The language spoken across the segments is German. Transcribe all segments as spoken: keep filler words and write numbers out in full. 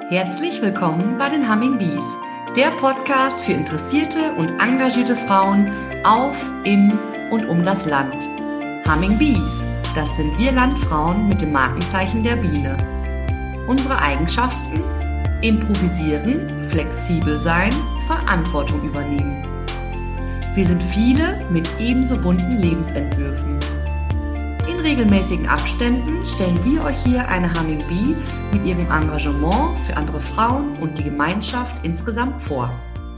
Herzlich willkommen bei den Humming Bees, der Podcast für interessierte und engagierte Frauen auf, im und um das Land. Humming Bees, das sind wir Landfrauen mit dem Markenzeichen der Biene. Unsere Eigenschaften? Improvisieren, flexibel sein, Verantwortung übernehmen. Wir sind viele mit ebenso bunten Lebensentwürfen. In regelmäßigen Abständen stellen wir euch hier eine Humming Bee mit ihrem Engagement für andere Frauen und die Gemeinschaft insgesamt vor.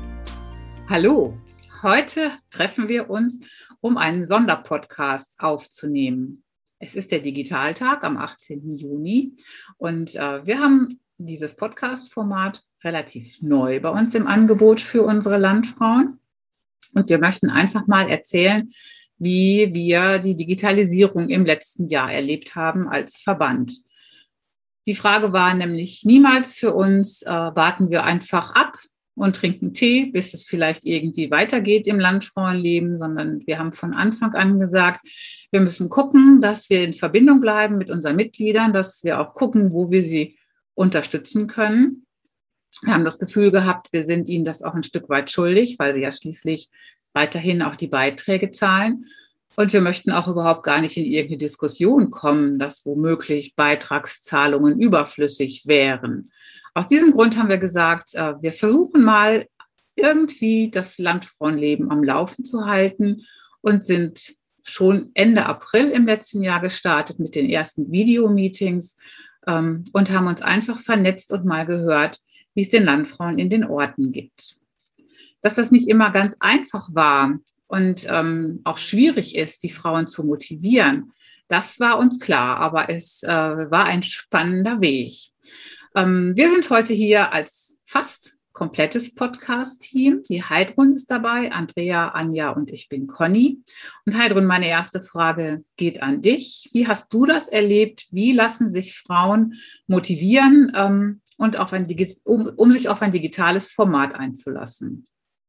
Hallo, heute treffen wir uns, um einen Sonderpodcast aufzunehmen. Es ist der Digitaltag am achtzehnten Juni und äh, wir haben dieses Podcast-Format relativ neu bei uns im Angebot für unsere Landfrauen. Und wir möchten einfach mal erzählen, wie wir die Digitalisierung im letzten Jahr erlebt haben als Verband. Die Frage war nämlich niemals für uns, äh, warten wir einfach ab und trinken Tee, bis es vielleicht irgendwie weitergeht im Landfrauenleben, sondern wir haben von Anfang an gesagt, wir müssen gucken, dass wir in Verbindung bleiben mit unseren Mitgliedern, dass wir auch gucken, wo wir sie unterstützen können. Wir haben das Gefühl gehabt, wir sind ihnen das auch ein Stück weit schuldig, weil sie ja schließlich weiterhin auch die Beiträge zahlen. Und wir möchten auch überhaupt gar nicht in irgendeine Diskussion kommen, dass womöglich Beitragszahlungen überflüssig wären. Aus diesem Grund haben wir gesagt, wir versuchen mal irgendwie das Landfrauenleben am Laufen zu halten und sind schon Ende April im letzten Jahr gestartet mit den ersten Videomeetings und haben uns einfach vernetzt und mal gehört, wie es den Landfrauen in den Orten gibt. Dass das nicht immer ganz einfach war und ähm, auch schwierig ist, die Frauen zu motivieren, das war uns klar, aber es äh, war ein spannender Weg. Ähm, wir sind heute hier als fast komplettes Podcast-Team. Die Heidrun ist dabei, Andrea, Anja und ich bin Conny. Und Heidrun, meine erste Frage geht an dich. Wie hast du das erlebt? Wie lassen sich Frauen motivieren, ähm, und auf ein, um, um sich auf ein digitales Format einzulassen?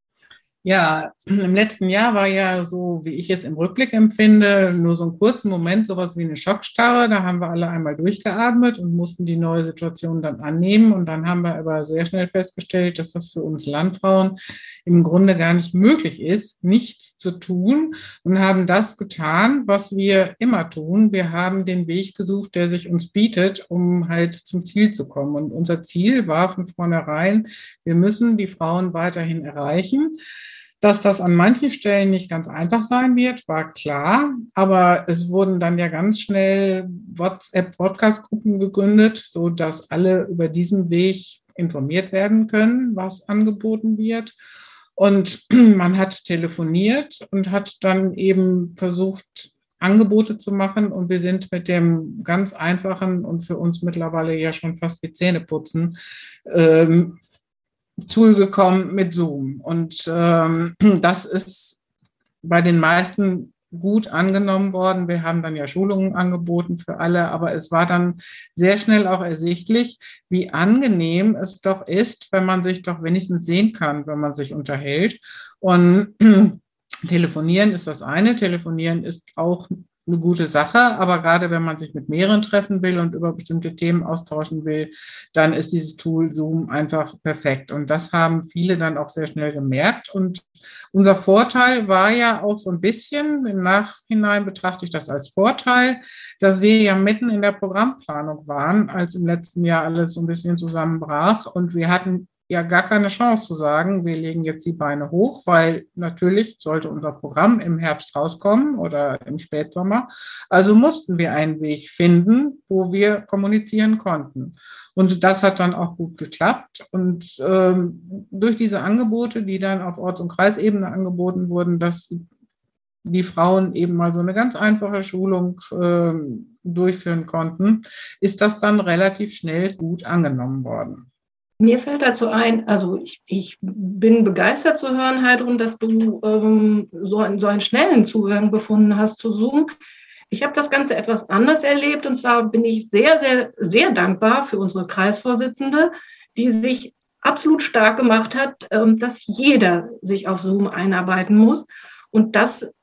Ja, im letzten Jahr war ja so, wie ich es im Rückblick empfinde, nur so einen kurzen Moment, sowas wie eine Schockstarre. Da haben wir alle einmal durchgeatmet und mussten die neue Situation dann annehmen. Und dann haben wir aber sehr schnell festgestellt, dass das für uns Landfrauen im Grunde gar nicht möglich ist, nichts zu tun, und haben das getan, was wir immer tun. Wir haben den Weg gesucht, der sich uns bietet, um halt zum Ziel zu kommen. Und unser Ziel war von vornherein, wir müssen die Frauen weiterhin erreichen. Dass das an manchen Stellen nicht ganz einfach sein wird, war klar, aber es wurden dann ja ganz schnell WhatsApp-Podcast-Gruppen gegründet, so dass alle über diesen Weg informiert werden können, was angeboten wird. Und man hat telefoniert und hat dann eben versucht, Angebote zu machen, und wir sind mit dem ganz einfachen und für uns mittlerweile ja schon fast wie Zähneputzen ähm, Tool gekommen mit Zoom. Und ähm, das ist bei den meisten gut angenommen worden. Wir haben dann ja Schulungen angeboten für alle, aber es war dann sehr schnell auch ersichtlich, wie angenehm es doch ist, wenn man sich doch wenigstens sehen kann, wenn man sich unterhält. Und telefonieren ist das eine. Telefonieren ist auch eine gute Sache, aber gerade wenn man sich mit mehreren treffen will und über bestimmte Themen austauschen will, dann ist dieses Tool Zoom einfach perfekt. Und das haben viele dann auch sehr schnell gemerkt. Und unser Vorteil war ja auch so ein bisschen, im Nachhinein betrachte ich das als Vorteil, dass wir ja mitten in der Programmplanung waren, als im letzten Jahr alles so ein bisschen zusammenbrach, und wir hatten ja gar keine Chance zu sagen, wir legen jetzt die Beine hoch, weil natürlich sollte unser Programm im Herbst rauskommen oder im Spätsommer. Also mussten wir einen Weg finden, wo wir kommunizieren konnten. Und das hat dann auch gut geklappt. Und ähm, durch diese Angebote, die dann auf Orts- und Kreisebene angeboten wurden, dass die Frauen eben mal so eine ganz einfache Schulung äh, durchführen konnten, ist das dann relativ schnell gut angenommen worden. Mir fällt dazu ein, also ich, ich bin begeistert zu hören, Heidrun, dass du ähm, so, einen, so einen schnellen Zugang gefunden hast zu Zoom. Ich habe das Ganze etwas anders erlebt, und zwar bin ich sehr, sehr, sehr dankbar für unsere Kreisvorsitzende, die sich absolut stark gemacht hat, ähm, dass jeder sich auf Zoom einarbeiten muss. Und das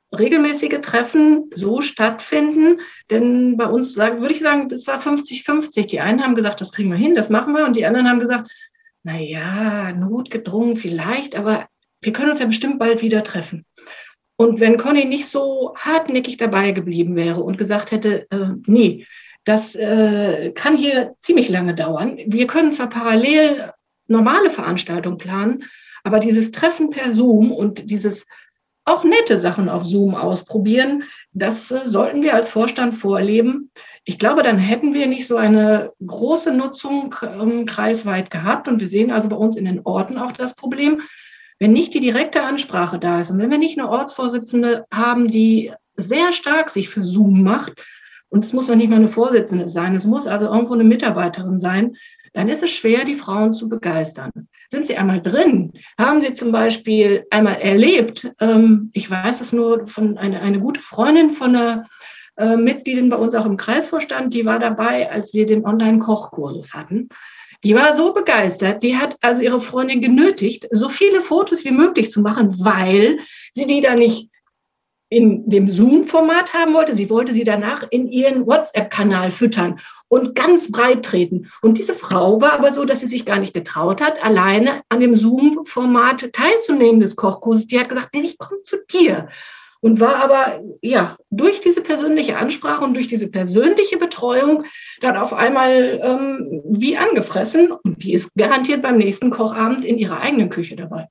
regelmäßige Treffen so stattfinden. Denn bei uns, würde ich sagen, das war fünfzig fünfzig. Die einen haben gesagt, das kriegen wir hin, das machen wir. Und die anderen haben gesagt, naja, notgedrungen vielleicht, aber wir können uns ja bestimmt bald wieder treffen. Und wenn Conny nicht so hartnäckig dabei geblieben wäre und gesagt hätte, äh, nee, das äh, kann hier ziemlich lange dauern. Wir können zwar parallel normale Veranstaltungen planen, aber dieses Treffen per Zoom und dieses auch nette Sachen auf Zoom ausprobieren, das äh, sollten wir als Vorstand vorleben. Ich glaube, dann hätten wir nicht so eine große Nutzung ähm, kreisweit gehabt. Und wir sehen also bei uns in den Orten auch das Problem, wenn nicht die direkte Ansprache da ist und wenn wir nicht eine Ortsvorsitzende haben, die sehr stark sich für Zoom macht, und es muss noch nicht mal eine Vorsitzende sein, es muss also irgendwo eine Mitarbeiterin sein, dann ist es schwer, die Frauen zu begeistern. Sind sie einmal drin? Haben sie zum Beispiel einmal erlebt? Ähm, ich weiß es nur von einer eine gute Freundin von einer äh, Mitgliedin bei uns auch im Kreisvorstand, die war dabei, als wir den Online-Kochkurs hatten. Die war so begeistert, die hat also ihre Freundin genötigt, so viele Fotos wie möglich zu machen, weil sie die dann nicht in dem Zoom-Format haben wollte. Sie wollte sie danach in ihren WhatsApp-Kanal füttern und ganz breit treten. Und diese Frau war aber so, dass sie sich gar nicht getraut hat, alleine an dem Zoom-Format teilzunehmen des Kochkurses. Die hat gesagt, ich komme zu dir. Und war aber, ja, durch diese persönliche Ansprache und durch diese persönliche Betreuung dann auf einmal ähm, wie angefressen. Und die ist garantiert beim nächsten Kochabend in ihrer eigenen Küche dabei.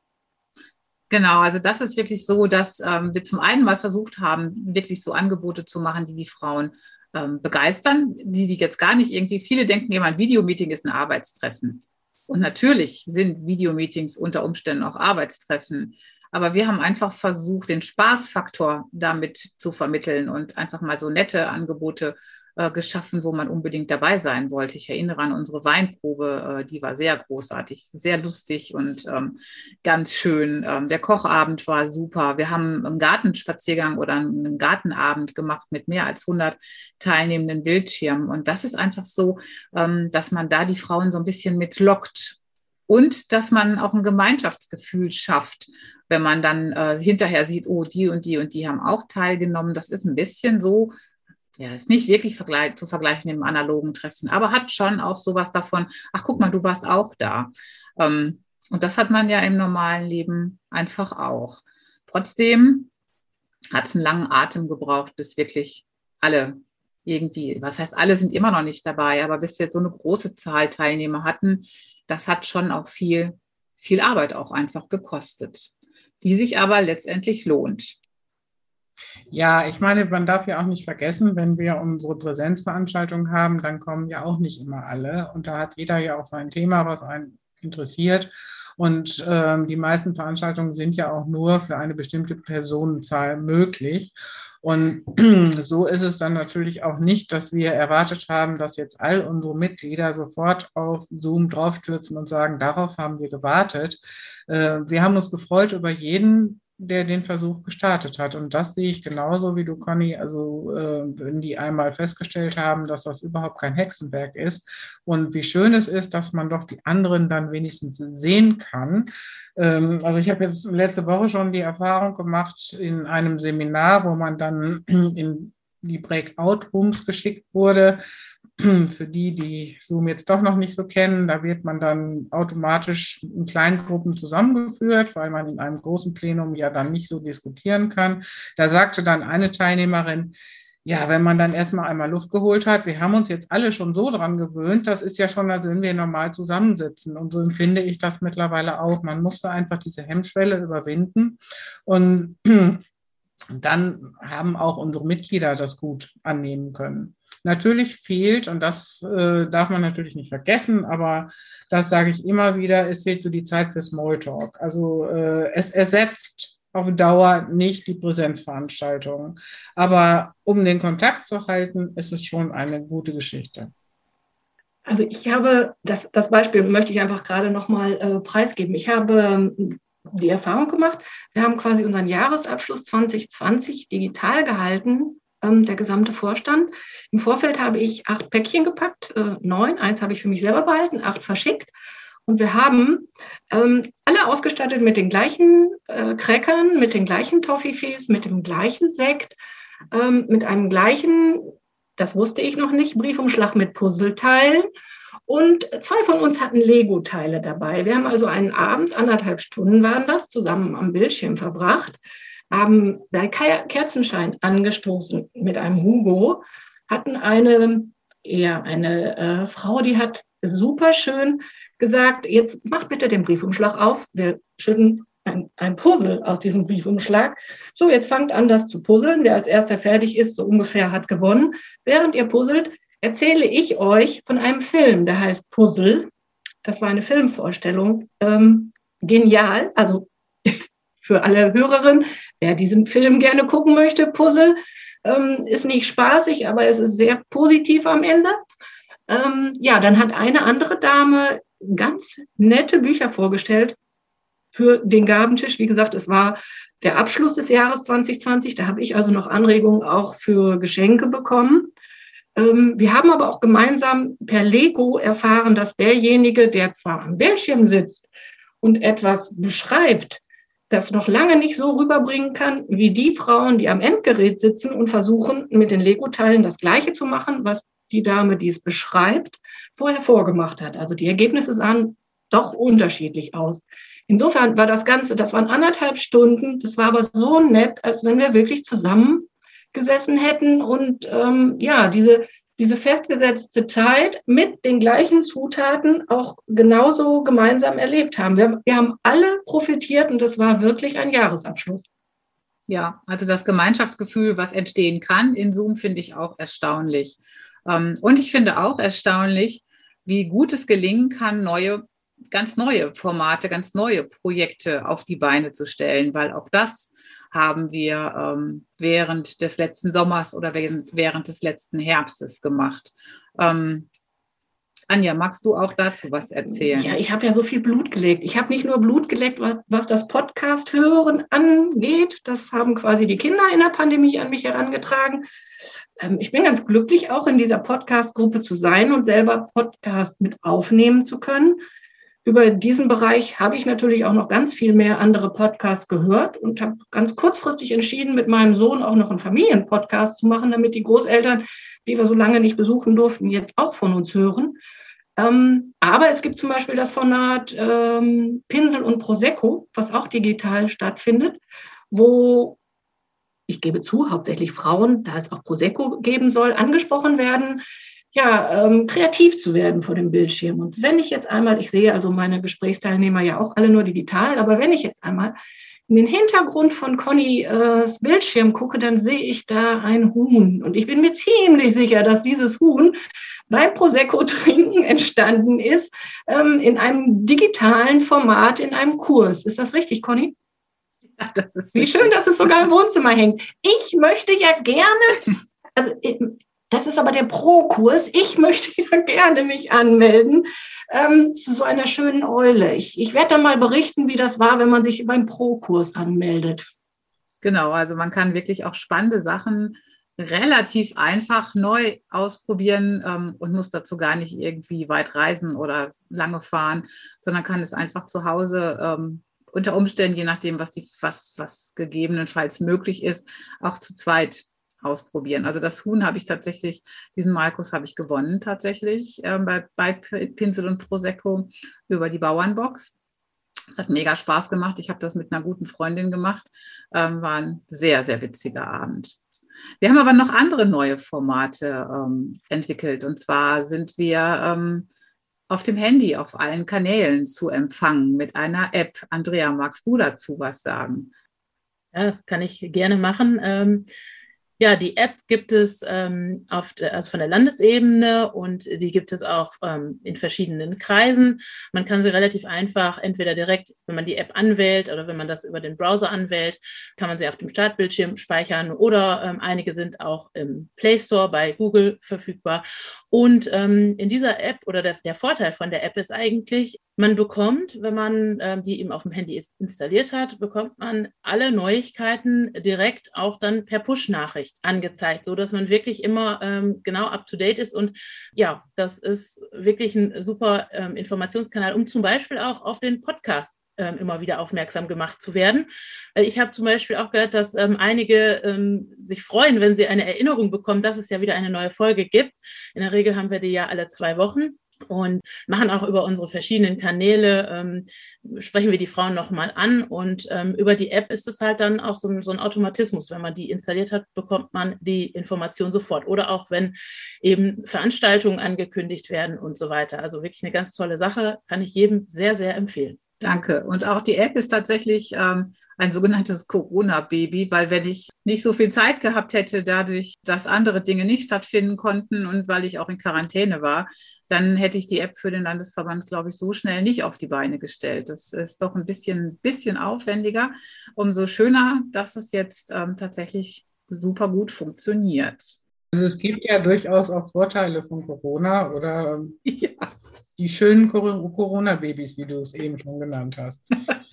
Genau, also das ist wirklich so, dass ähm, wir zum einen mal versucht haben, wirklich so Angebote zu machen, die die Frauen ähm, begeistern, die die jetzt gar nicht irgendwie, viele denken immer, ein Videomeeting ist ein Arbeitstreffen. Und natürlich sind Videomeetings unter Umständen auch Arbeitstreffen. Aber wir haben einfach versucht, den Spaßfaktor damit zu vermitteln und einfach mal so nette Angebote äh, geschaffen, wo man unbedingt dabei sein wollte. Ich erinnere an unsere Weinprobe, äh, die war sehr großartig, sehr lustig und ähm, ganz schön. Ähm, der Kochabend war super. Wir haben einen Gartenspaziergang oder einen Gartenabend gemacht mit mehr als hundert teilnehmenden Bildschirmen. Und das ist einfach so, ähm, dass man da die Frauen so ein bisschen mitlockt. Und dass man auch ein Gemeinschaftsgefühl schafft, wenn man dann äh, hinterher sieht, oh, die und die und die haben auch teilgenommen. Das ist ein bisschen so, ja, ist nicht wirklich vergleich, zu vergleichen mit dem analogen Treffen, aber hat schon auch sowas davon, ach, guck mal, du warst auch da. Ähm, und das hat man ja im normalen Leben einfach auch. Trotzdem hat es einen langen Atem gebraucht, bis wirklich alle irgendwie, was heißt, alle sind immer noch nicht dabei, aber bis wir so eine große Zahl Teilnehmer hatten, das hat schon auch viel, viel Arbeit auch einfach gekostet, die sich aber letztendlich lohnt. Ja, ich meine, man darf ja auch nicht vergessen, wenn wir unsere Präsenzveranstaltung haben, dann kommen ja auch nicht immer alle. Und da hat jeder ja auch sein Thema, was einen interessiert. Und ähm, die meisten Veranstaltungen sind ja auch nur für eine bestimmte Personenzahl möglich. Und so ist es dann natürlich auch nicht, dass wir erwartet haben, dass jetzt all unsere Mitglieder sofort auf Zoom draufstürzen und sagen, darauf haben wir gewartet. Äh, wir haben uns gefreut über jeden, der den Versuch gestartet hat. Und das sehe ich genauso wie du, Conny. Also äh, wenn die einmal festgestellt haben, dass das überhaupt kein Hexenwerk ist und wie schön es ist, dass man doch die anderen dann wenigstens sehen kann. Ähm, also ich habe jetzt letzte Woche schon die Erfahrung gemacht in einem Seminar, wo man dann in die Breakout-Rooms geschickt wurde. Für die, die Zoom jetzt doch noch nicht so kennen, da wird man dann automatisch in kleinen Gruppen zusammengeführt, weil man in einem großen Plenum ja dann nicht so diskutieren kann. Da sagte dann eine Teilnehmerin, ja, wenn man dann erstmal einmal Luft geholt hat, wir haben uns jetzt alle schon so dran gewöhnt, das ist ja schon, als wenn wir normal zusammensitzen. Und so empfinde ich das mittlerweile auch. Man musste einfach diese Hemmschwelle überwinden und dann haben auch unsere Mitglieder das gut annehmen können. Natürlich fehlt, und das äh, darf man natürlich nicht vergessen, aber das sage ich immer wieder, es fehlt so die Zeit für Smalltalk. Also äh, es ersetzt auf Dauer nicht die Präsenzveranstaltungen. Aber um den Kontakt zu halten, ist es schon eine gute Geschichte. Also ich habe, das, das Beispiel möchte ich einfach gerade nochmal äh, preisgeben. Ich habe ähm, die Erfahrung gemacht, wir haben quasi unseren Jahresabschluss zwanzig zwanzig digital gehalten, ähm, der gesamte Vorstand. Im Vorfeld habe ich acht Päckchen gepackt, äh, neun, eins habe ich für mich selber behalten, acht verschickt. Und wir haben ähm, alle ausgestattet mit den gleichen äh, Crackern, mit den gleichen Toffifees, mit dem gleichen Sekt, ähm, mit einem gleichen, das wusste ich noch nicht, Briefumschlag mit Puzzleteilen. Und zwei von uns hatten Lego-Teile dabei. Wir haben also einen Abend, anderthalb Stunden waren das, zusammen am Bildschirm verbracht, haben bei Kerzenschein angestoßen mit einem Hugo, hatten eine, ja, eine äh, Frau, die hat super schön gesagt, jetzt mach bitte den Briefumschlag auf, wir schütten ein, ein Puzzle aus diesem Briefumschlag. So, jetzt fangt an, das zu puzzeln. Wer als erster fertig ist, so ungefähr, hat gewonnen. Während ihr puzzelt, erzähle ich euch von einem Film, der heißt Puzzle. Das war eine Filmvorstellung. Ähm, genial, also für alle Hörerinnen, wer diesen Film gerne gucken möchte, Puzzle, ähm, ist nicht spaßig, aber es ist sehr positiv am Ende. Ähm, ja, dann hat eine andere Dame ganz nette Bücher vorgestellt für den Gabentisch. Wie gesagt, es war der Abschluss des Jahres zwanzig zwanzig. Da habe ich also noch Anregungen auch für Geschenke bekommen. Ähm, wir haben aber auch gemeinsam per Lego erfahren, dass derjenige, der zwar am Bildschirm sitzt und etwas beschreibt, das noch lange nicht so rüberbringen kann, wie die Frauen, die am Endgerät sitzen und versuchen, mit den Lego-Teilen das Gleiche zu machen, was die Dame, die es beschreibt, vorher vorgemacht hat. Also die Ergebnisse sahen doch unterschiedlich aus. Insofern war das Ganze, das waren anderthalb Stunden, das war aber so nett, als wenn wir wirklich zusammengesessen hätten und ähm, ja, diese, diese festgesetzte Zeit mit den gleichen Zutaten auch genauso gemeinsam erlebt haben. Wir, wir haben alle profitiert und das war wirklich ein Jahresabschluss. Ja, also das Gemeinschaftsgefühl, was entstehen kann in Zoom, finde ich auch erstaunlich. Und ich finde auch erstaunlich, wie gut es gelingen kann, neue, ganz neue Formate, ganz neue Projekte auf die Beine zu stellen, weil auch das haben wir ähm, während des letzten Sommers oder während, während des letzten Herbstes gemacht. Ähm, Anja, magst du auch dazu was erzählen? Ja, ich habe ja so viel Blut geleckt. Ich habe nicht nur Blut geleckt, was, was das Podcast-Hören angeht. Das haben quasi die Kinder in der Pandemie an mich herangetragen. Ähm, ich bin ganz glücklich, auch in dieser Podcast-Gruppe zu sein und selber Podcasts mit aufnehmen zu können. Über diesen Bereich habe ich natürlich auch noch ganz viel mehr andere Podcasts gehört und habe ganz kurzfristig entschieden, mit meinem Sohn auch noch einen Familienpodcast zu machen, damit die Großeltern, die wir so lange nicht besuchen durften, jetzt auch von uns hören. Ähm, aber es gibt zum Beispiel das Format ähm, Pinsel und Prosecco, was auch digital stattfindet, wo, ich gebe zu, hauptsächlich Frauen, da es auch Prosecco geben soll, angesprochen werden, ja, ähm, kreativ zu werden vor dem Bildschirm. Und wenn ich jetzt einmal, ich sehe also meine Gesprächsteilnehmer ja auch alle nur digital, aber wenn ich jetzt einmal in den Hintergrund von Connys Bildschirm gucke, dann sehe ich da ein Huhn. Und ich bin mir ziemlich sicher, dass dieses Huhn beim Prosecco-Trinken entstanden ist, ähm, in einem digitalen Format, in einem Kurs. Ist das richtig, Conny? Ja, das ist Wie schön, dass es sogar im Wohnzimmer hängt. Ich möchte ja gerne, also das ist aber der Pro-Kurs, ich möchte ja gerne mich anmelden ähm, zu so einer schönen Eule. Ich, ich werde dann mal berichten, wie das war, wenn man sich beim Pro-Kurs anmeldet. Genau, also man kann wirklich auch spannende Sachen relativ einfach neu ausprobieren ähm, und muss dazu gar nicht irgendwie weit reisen oder lange fahren, sondern kann es einfach zu Hause ähm, unter Umständen, je nachdem, was, die, was, was gegebenenfalls möglich ist, auch zu zweit ausprobieren. Also das Huhn habe ich tatsächlich, diesen Malkus habe ich gewonnen tatsächlich ähm, bei, bei Pinsel und Prosecco über die Bauernbox. Es hat mega Spaß gemacht. Ich habe das mit einer guten Freundin gemacht. Ähm, war ein sehr, sehr witziger Abend. Wir haben aber noch andere neue Formate ähm, entwickelt. Und zwar sind wir ähm, auf dem Handy auf allen Kanälen zu empfangen mit einer App. Andrea, magst du dazu was sagen? Ja, das kann ich gerne machen. Ähm, Ja, die App gibt es ähm, auf de, also von der Landesebene und die gibt es auch ähm, in verschiedenen Kreisen. Man kann sie relativ einfach entweder direkt, wenn man die App anwählt oder wenn man das über den Browser anwählt, kann man sie auf dem Startbildschirm speichern oder ähm, einige sind auch im Play Store bei Google verfügbar. Und ähm, in dieser App oder der, der Vorteil von der App ist eigentlich, Man bekommt, wenn man äh, die eben auf dem Handy ist, installiert hat, bekommt man alle Neuigkeiten direkt auch dann per Push-Nachricht angezeigt, sodass man wirklich immer ähm, genau up-to-date ist. Und ja, das ist wirklich ein super ähm, Informationskanal, um zum Beispiel auch auf den Podcast ähm, immer wieder aufmerksam gemacht zu werden. Ich habe zum Beispiel auch gehört, dass ähm, einige ähm, sich freuen, wenn sie eine Erinnerung bekommen, dass es ja wieder eine neue Folge gibt. In der Regel haben wir die ja alle zwei Wochen. Und machen auch über unsere verschiedenen Kanäle, ähm, sprechen wir die Frauen nochmal an. Und ähm, über die App ist es halt dann auch so, so ein Automatismus. Wenn man die installiert hat, bekommt man die Information sofort. Oder auch wenn eben Veranstaltungen angekündigt werden und so weiter. Also wirklich eine ganz tolle Sache, kann ich jedem sehr, sehr empfehlen. Danke. Und auch die App ist tatsächlich ähm, ein sogenanntes Corona-Baby, weil wenn ich nicht so viel Zeit gehabt hätte, dadurch, dass andere Dinge nicht stattfinden konnten und weil ich auch in Quarantäne war, dann hätte ich die App für den Landesverband, glaube ich, so schnell nicht auf die Beine gestellt. Das ist doch ein bisschen, bisschen aufwendiger. Umso schöner, dass es jetzt ähm, tatsächlich super gut funktioniert. Also es gibt ja durchaus auch Vorteile von Corona oder Ja. Die schönen Corona-Babys, wie du es eben schon genannt hast.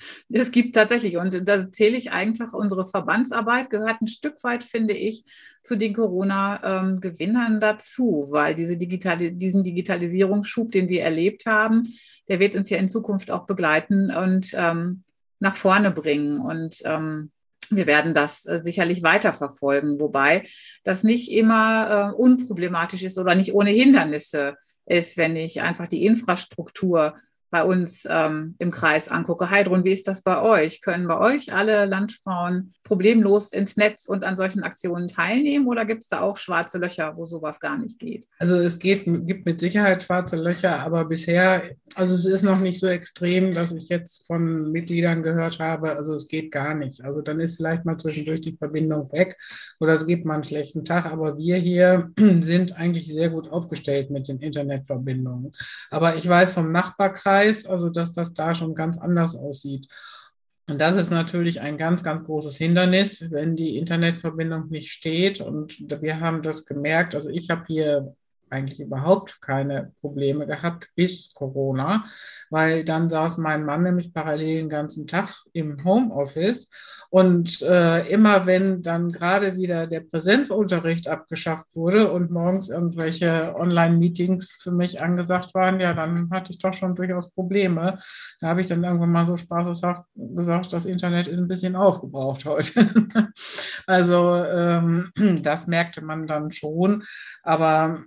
Es gibt tatsächlich, und da zähle ich einfach, unsere Verbandsarbeit gehört ein Stück weit, finde ich, zu den Corona-Gewinnern dazu, weil diese Digitali- diesen Digitalisierungsschub, den wir erlebt haben, der wird uns ja in Zukunft auch begleiten und ähm, nach vorne bringen. Und ähm, wir werden das äh, sicherlich weiterverfolgen, wobei das nicht immer äh, unproblematisch ist oder nicht ohne Hindernisse ist, wenn ich einfach die Infrastruktur bei uns ähm, im Kreis angucke. Heidrun, wie ist das bei euch? Können bei euch alle Landfrauen problemlos ins Netz und an solchen Aktionen teilnehmen oder gibt es da auch schwarze Löcher, wo sowas gar nicht geht? Also es geht, gibt mit Sicherheit schwarze Löcher, aber bisher, also es ist noch nicht so extrem, dass ich jetzt von Mitgliedern gehört habe, also es geht gar nicht. Also dann ist vielleicht mal zwischendurch die Verbindung weg oder es gibt mal einen schlechten Tag, aber wir hier sind eigentlich sehr gut aufgestellt mit den Internetverbindungen. Aber ich weiß vom Nachbarkreis, also dass das da schon ganz anders aussieht. Und das ist natürlich ein ganz, ganz großes Hindernis, wenn die Internetverbindung nicht steht. Und wir haben das gemerkt, also ich habe hier eigentlich überhaupt keine Probleme gehabt bis Corona, weil dann saß mein Mann nämlich parallel den ganzen Tag im Homeoffice und äh, immer wenn dann gerade wieder der Präsenzunterricht abgeschafft wurde und morgens irgendwelche Online-Meetings für mich angesagt waren, ja, dann hatte ich doch schon durchaus Probleme. Da habe ich dann irgendwann mal so spaßeshaft gesagt, das Internet ist ein bisschen aufgebraucht heute. Also ähm, das merkte man dann schon, aber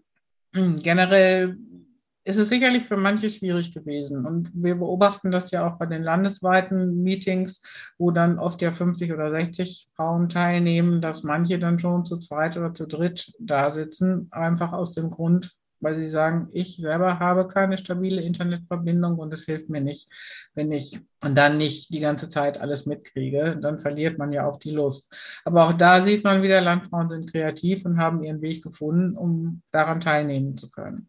generell ist es sicherlich für manche schwierig gewesen. Und wir beobachten das ja auch bei den landesweiten Meetings, wo dann oft ja fünfzig oder sechzig Frauen teilnehmen, dass manche dann schon zu zweit oder zu dritt da sitzen, einfach aus dem Grund, weil sie sagen, ich selber habe keine stabile Internetverbindung und es hilft mir nicht, wenn ich dann nicht die ganze Zeit alles mitkriege, dann verliert man ja auch die Lust. Aber auch da sieht man wieder, Landfrauen sind kreativ und haben ihren Weg gefunden, um daran teilnehmen zu können.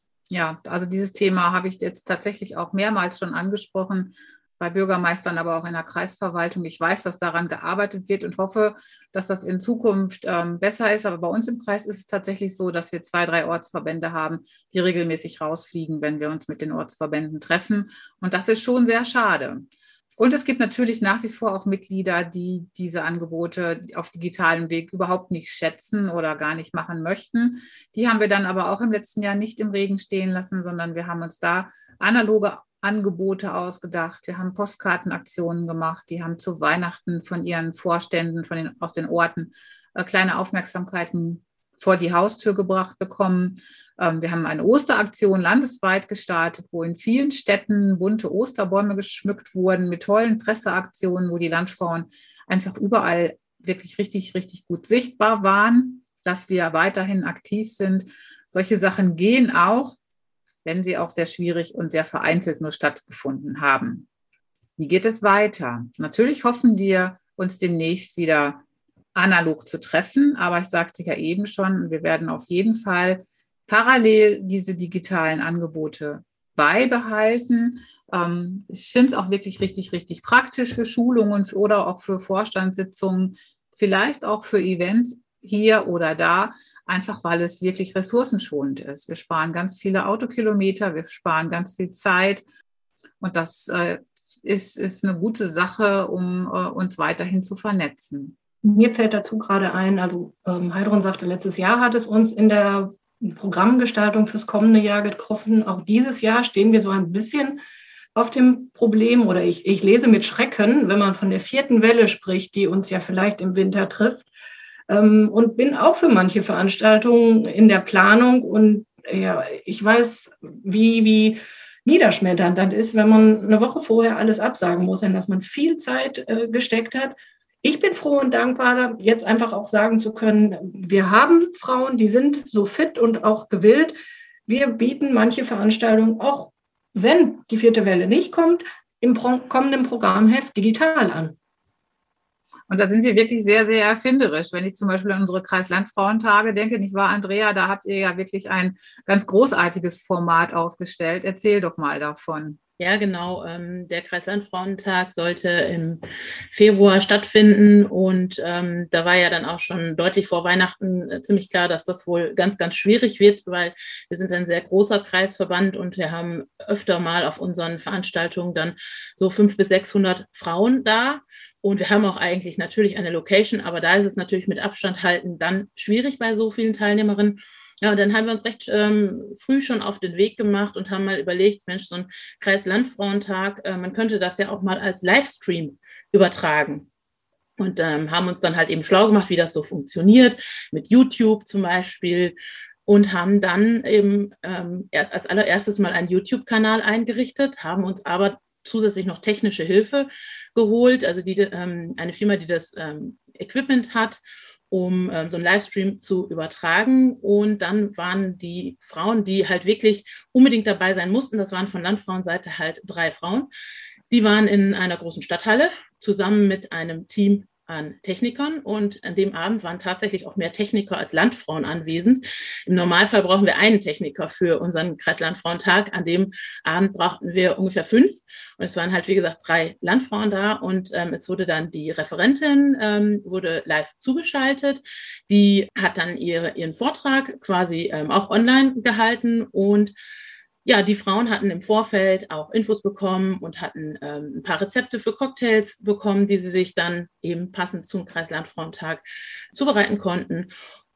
Ja, also dieses Thema habe ich jetzt tatsächlich auch mehrmals schon angesprochen, bei Bürgermeistern, aber auch in der Kreisverwaltung. Ich weiß, dass daran gearbeitet wird und hoffe, dass das in Zukunft ähm, besser ist. Aber bei uns im Kreis ist es tatsächlich so, dass wir zwei, drei Ortsverbände haben, die regelmäßig rausfliegen, wenn wir uns mit den Ortsverbänden treffen. Und das ist schon sehr schade. Und es gibt natürlich nach wie vor auch Mitglieder, die diese Angebote auf digitalem Weg überhaupt nicht schätzen oder gar nicht machen möchten. Die haben wir dann aber auch im letzten Jahr nicht im Regen stehen lassen, sondern wir haben uns da analoge Angebote ausgedacht. Wir haben Postkartenaktionen gemacht. Die haben zu Weihnachten von ihren Vorständen von den, aus den Orten äh, kleine Aufmerksamkeiten vor die Haustür gebracht bekommen. Ähm, wir haben eine Osteraktion landesweit gestartet, wo in vielen Städten bunte Osterbäume geschmückt wurden mit tollen Presseaktionen, wo die Landfrauen einfach überall wirklich richtig, richtig gut sichtbar waren, dass wir weiterhin aktiv sind. Solche Sachen gehen auch, wenn sie auch sehr schwierig und sehr vereinzelt nur stattgefunden haben. Wie geht es weiter? Natürlich hoffen wir, uns demnächst wieder analog zu treffen, aber ich sagte ja eben schon, wir werden auf jeden Fall parallel diese digitalen Angebote beibehalten. Ähm, ich finde es auch wirklich richtig, richtig praktisch für Schulungen oder auch für Vorstandssitzungen, vielleicht auch für Events hier oder da, einfach weil es wirklich ressourcenschonend ist. Wir sparen ganz viele Autokilometer, wir sparen ganz viel Zeit Und das äh, ist, ist eine gute Sache, um äh, uns weiterhin zu vernetzen. Mir fällt dazu gerade ein, also ähm, Heidrun sagte, letztes Jahr hat es uns in der Programmgestaltung fürs kommende Jahr getroffen. Auch dieses Jahr stehen wir so ein bisschen auf dem Problem, oder ich, ich lese mit Schrecken, wenn man von der vierten Welle spricht, die uns ja vielleicht im Winter trifft, ähm, und bin auch für manche Veranstaltungen in der Planung. Und ja, ich weiß, wie, wie niederschmetternd das ist, wenn man eine Woche vorher alles absagen muss, in das man viel Zeit äh, gesteckt hat. Ich bin froh und dankbar, jetzt einfach auch sagen zu können, wir haben Frauen, die sind so fit und auch gewillt. Wir bieten manche Veranstaltungen auch, wenn die vierte Welle nicht kommt, im kommenden Programmheft digital an. Und da sind wir wirklich sehr, sehr erfinderisch. Wenn ich zum Beispiel an unsere Kreislandfrauentage denke, nicht wahr, Andrea, da habt ihr ja wirklich ein ganz großartiges Format aufgestellt. Erzähl doch mal davon. Ja, genau. Der Kreislandfrauentag sollte im Februar stattfinden und ähm, da war ja dann auch schon deutlich vor Weihnachten äh, ziemlich klar, dass das wohl ganz, ganz schwierig wird, weil wir sind ein sehr großer Kreisverband und wir haben öfter mal auf unseren Veranstaltungen dann so fünfhundert bis sechshundert Frauen da. Und wir haben auch eigentlich natürlich eine Location, aber da ist es natürlich mit Abstand halten dann schwierig bei so vielen Teilnehmerinnen. Ja, und dann haben wir uns recht ähm, früh schon auf den Weg gemacht und haben mal überlegt, Mensch, so ein Kreislandfrauentag, äh, man könnte das ja auch mal als Livestream übertragen. Und ähm, haben uns dann halt eben schlau gemacht, wie das so funktioniert, mit YouTube zum Beispiel. Und haben dann eben ähm, als allererstes mal einen YouTube-Kanal eingerichtet, haben uns aber zusätzlich noch technische Hilfe geholt, also die, ähm, eine Firma, die das ähm, Equipment hat, um ähm, so einen Livestream zu übertragen. Und dann waren die Frauen, die halt wirklich unbedingt dabei sein mussten, das waren von Landfrauenseite halt drei Frauen, die waren in einer großen Stadthalle zusammen mit einem Team an Technikern und an dem Abend waren tatsächlich auch mehr Techniker als Landfrauen anwesend. Im Normalfall brauchen wir einen Techniker für unseren Kreislandfrauentag. An dem Abend brauchten wir ungefähr fünf und es waren halt, wie gesagt, drei Landfrauen da und ähm, es wurde dann die Referentin, ähm, wurde live zugeschaltet. Die hat dann ihre, ihren Vortrag quasi ähm, auch online gehalten und ja, die Frauen hatten im Vorfeld auch Infos bekommen und hatten ähm, ein paar Rezepte für Cocktails bekommen, die sie sich dann eben passend zum Kreislandfrauentag zubereiten konnten.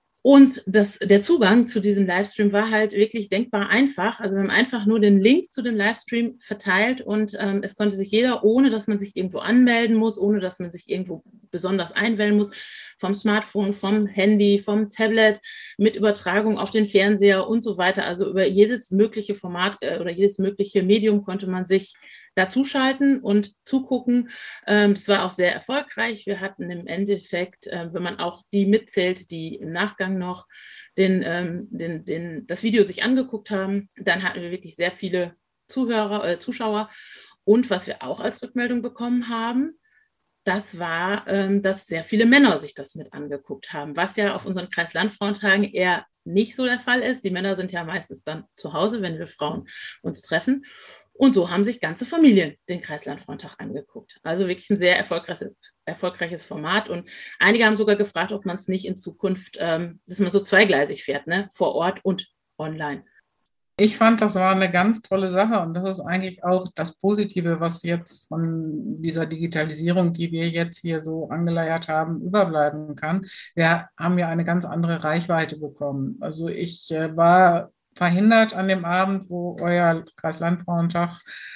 Und das, der Zugang zu diesem Livestream war halt wirklich denkbar einfach. Also wir haben einfach nur den Link zu dem Livestream verteilt und ähm, es konnte sich jeder, ohne dass man sich irgendwo anmelden muss, ohne dass man sich irgendwo besonders einwählen muss, vom Smartphone, vom Handy, vom Tablet, mit Übertragung auf den Fernseher und so weiter. Also über jedes mögliche Format äh, oder jedes mögliche Medium konnte man sich dazuschalten und zugucken. Ähm, das war auch sehr erfolgreich. Wir hatten im Endeffekt, äh, wenn man auch die mitzählt, die im Nachgang noch den, ähm, den, den, das Video sich angeguckt haben, dann hatten wir wirklich sehr viele Zuhörer, äh, Zuschauer. Und was wir auch als Rückmeldung bekommen haben, das war, ähm, dass sehr viele Männer sich das mit angeguckt haben, was ja auf unseren Kreislandfrauentagen eher nicht so der Fall ist. Die Männer sind ja meistens dann zu Hause, wenn wir Frauen uns treffen. Und so haben sich ganze Familien den Kreislandfrauentag angeguckt. Also wirklich ein sehr erfolgreiches, erfolgreiches Format. Und einige haben sogar gefragt, ob man es nicht in Zukunft, ähm, dass man so zweigleisig fährt, ne? Vor Ort und online. Ich fand, das war eine ganz tolle Sache und das ist eigentlich auch das Positive, was jetzt von dieser Digitalisierung, die wir jetzt hier so angeleiert haben, überbleiben kann. Wir haben ja eine ganz andere Reichweite bekommen. Also ich äh, war verhindert an dem Abend, wo euer Kreislandfrauentag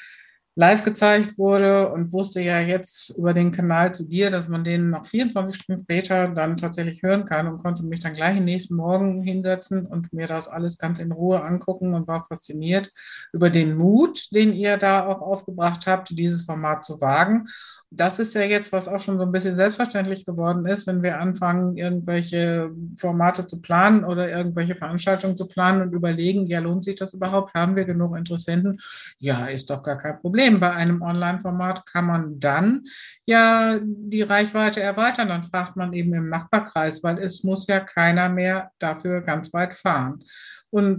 live gezeigt wurde und wusste ja jetzt über den Kanal zu dir, dass man den noch vierundzwanzig Stunden später dann tatsächlich hören kann und konnte mich dann gleich am nächsten Morgen hinsetzen und mir das alles ganz in Ruhe angucken und war fasziniert über den Mut, den ihr da auch aufgebracht habt, dieses Format zu wagen. Das ist ja jetzt, was auch schon so ein bisschen selbstverständlich geworden ist, wenn wir anfangen, irgendwelche Formate zu planen oder irgendwelche Veranstaltungen zu planen und überlegen, ja, lohnt sich das überhaupt? Haben wir genug Interessenten? Ja, ist doch gar kein Problem. Bei einem Online-Format kann man dann ja die Reichweite erweitern. Dann fragt man eben im Nachbarkreis, weil es muss ja keiner mehr dafür ganz weit fahren. Und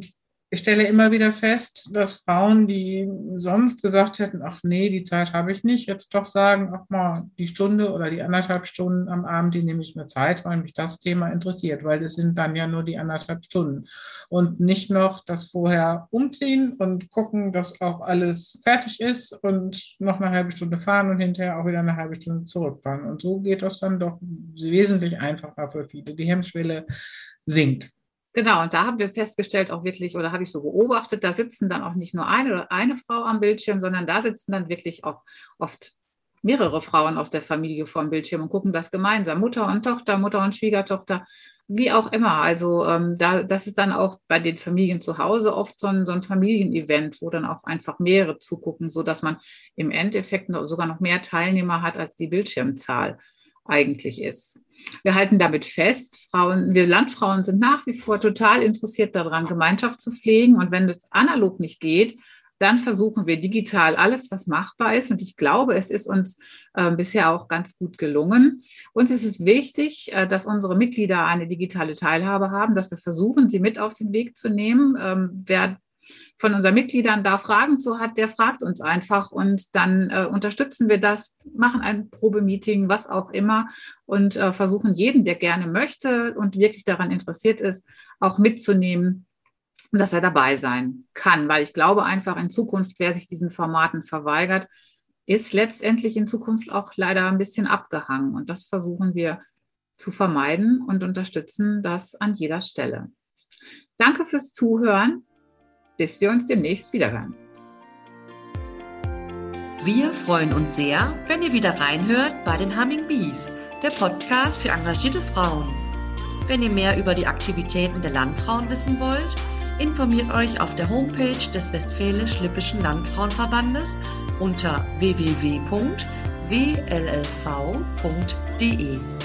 Ich stelle immer wieder fest, dass Frauen, die sonst gesagt hätten, ach nee, die Zeit habe ich nicht, jetzt doch sagen, ach mal, die Stunde oder die anderthalb Stunden am Abend, die nehme ich mir Zeit, weil mich das Thema interessiert, weil es sind dann ja nur die anderthalb Stunden. Und nicht noch das vorher umziehen und gucken, dass auch alles fertig ist und noch eine halbe Stunde fahren und hinterher auch wieder eine halbe Stunde zurückfahren. Und so geht das dann doch wesentlich einfacher für viele. Die Hemmschwelle sinkt. Genau, und da haben wir festgestellt, auch wirklich, oder habe ich so beobachtet, da sitzen dann auch nicht nur eine oder eine Frau am Bildschirm, sondern da sitzen dann wirklich auch oft mehrere Frauen aus der Familie vor dem Bildschirm und gucken das gemeinsam. Mutter und Tochter, Mutter und Schwiegertochter, wie auch immer. Also ähm, da, das ist dann auch bei den Familien zu Hause oft so ein, so ein Familienevent, wo dann auch einfach mehrere zugucken, sodass man im Endeffekt noch, sogar noch mehr Teilnehmer hat, als die Bildschirmzahl eigentlich ist. Wir halten damit fest, Frauen, wir Landfrauen sind nach wie vor total interessiert daran, Gemeinschaft zu pflegen. Und wenn das analog nicht geht, dann versuchen wir digital alles, was machbar ist. Und ich glaube, es ist uns äh, bisher auch ganz gut gelungen. Uns ist es wichtig, äh, dass unsere Mitglieder eine digitale Teilhabe haben, dass wir versuchen, sie mit auf den Weg zu nehmen. Ähm, wer von unseren Mitgliedern da Fragen zu hat, der fragt uns einfach und dann äh, unterstützen wir das, machen ein Probemeeting, was auch immer und äh, versuchen jeden, der gerne möchte und wirklich daran interessiert ist, auch mitzunehmen, dass er dabei sein kann, weil ich glaube einfach in Zukunft, wer sich diesen Formaten verweigert, ist letztendlich in Zukunft auch leider ein bisschen abgehangen und das versuchen wir zu vermeiden und unterstützen das an jeder Stelle. Danke fürs Zuhören. Bis wir uns demnächst wiederhören. Wir freuen uns sehr, wenn ihr wieder reinhört bei den Humming Bees, der Podcast für engagierte Frauen. Wenn ihr mehr über die Aktivitäten der Landfrauen wissen wollt, informiert euch auf der Homepage des Westfälisch-Lippischen Landfrauenverbandes unter w w w punkt w l l v punkt d e.